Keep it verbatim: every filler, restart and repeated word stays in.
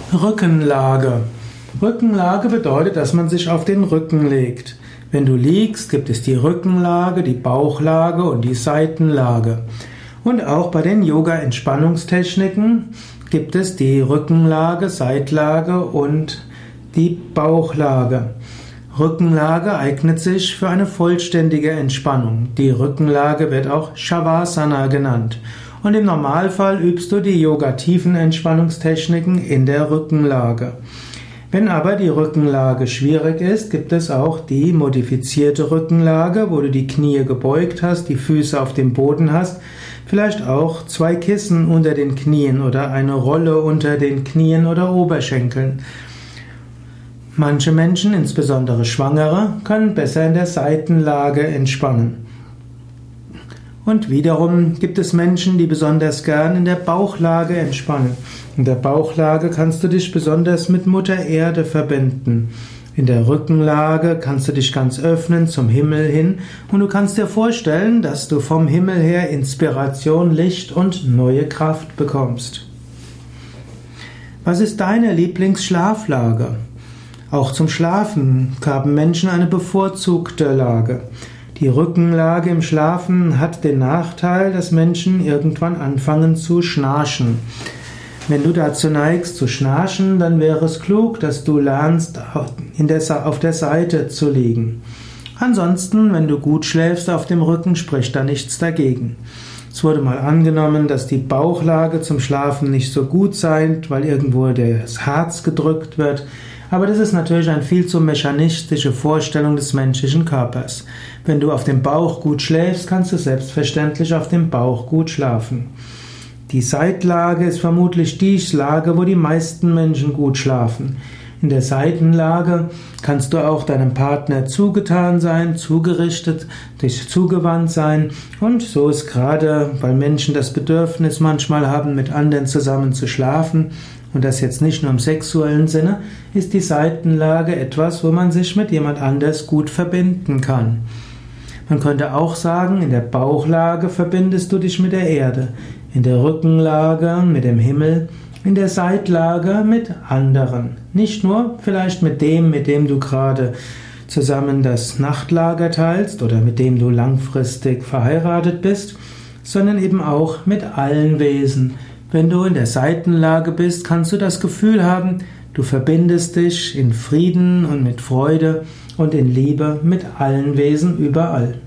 Rückenlage. Rückenlage bedeutet, dass man sich auf den Rücken legt. Wenn du liegst, gibt es die Rückenlage, die Bauchlage und die Seitenlage. Und auch bei den Yoga-Entspannungstechniken gibt es die Rückenlage, Seitlage und die Bauchlage. Rückenlage eignet sich für eine vollständige Entspannung. Die Rückenlage wird auch Shavasana genannt. Und im Normalfall übst du die Yoga-Tiefenentspannungstechniken in der Rückenlage. Wenn aber die Rückenlage schwierig ist, gibt es auch die modifizierte Rückenlage, wo du die Knie gebeugt hast, die Füße auf dem Boden hast, vielleicht auch zwei Kissen unter den Knien oder eine Rolle unter den Knien oder Oberschenkeln. Manche Menschen, insbesondere Schwangere, können besser in der Seitenlage entspannen. Und wiederum gibt es Menschen, die besonders gern in der Bauchlage entspannen. In der Bauchlage kannst du dich besonders mit Mutter Erde verbinden. In der Rückenlage kannst du dich ganz öffnen zum Himmel hin und du kannst dir vorstellen, dass du vom Himmel her Inspiration, Licht und neue Kraft bekommst. Was ist deine Lieblingsschlaflage? Auch zum Schlafen haben Menschen eine bevorzugte Lage. Die Rückenlage im Schlafen hat den Nachteil, dass Menschen irgendwann anfangen zu schnarchen. Wenn du dazu neigst zu schnarchen, dann wäre es klug, dass du lernst, in der, auf der Seite zu liegen. Ansonsten, wenn du gut schläfst auf dem Rücken, spricht da nichts dagegen. Es wurde mal angenommen, dass die Bauchlage zum Schlafen nicht so gut sei, weil irgendwo das Herz gedrückt wird. Aber das ist natürlich eine viel zu mechanistische Vorstellung des menschlichen Körpers. Wenn du auf dem Bauch gut schläfst, kannst du selbstverständlich auf dem Bauch gut schlafen. Die Seitlage ist vermutlich die Lage, wo die meisten Menschen gut schlafen. In der Seitenlage kannst du auch deinem Partner zugetan sein, zugerichtet, dich zugewandt sein. Und so ist gerade, weil Menschen das Bedürfnis manchmal haben, mit anderen zusammen zu schlafen, und das jetzt nicht nur im sexuellen Sinne, ist die Seitenlage etwas, wo man sich mit jemand anders gut verbinden kann. Man könnte auch sagen, in der Bauchlage verbindest du dich mit der Erde, in der Rückenlage mit dem Himmel, in der Seitlage mit anderen. Nicht nur vielleicht mit dem, mit dem du gerade zusammen das Nachtlager teilst oder mit dem du langfristig verheiratet bist, sondern eben auch mit allen Wesen. Wenn du in der Seitenlage bist, kannst du das Gefühl haben, du verbindest dich in Frieden und mit Freude und in Liebe mit allen Wesen überall.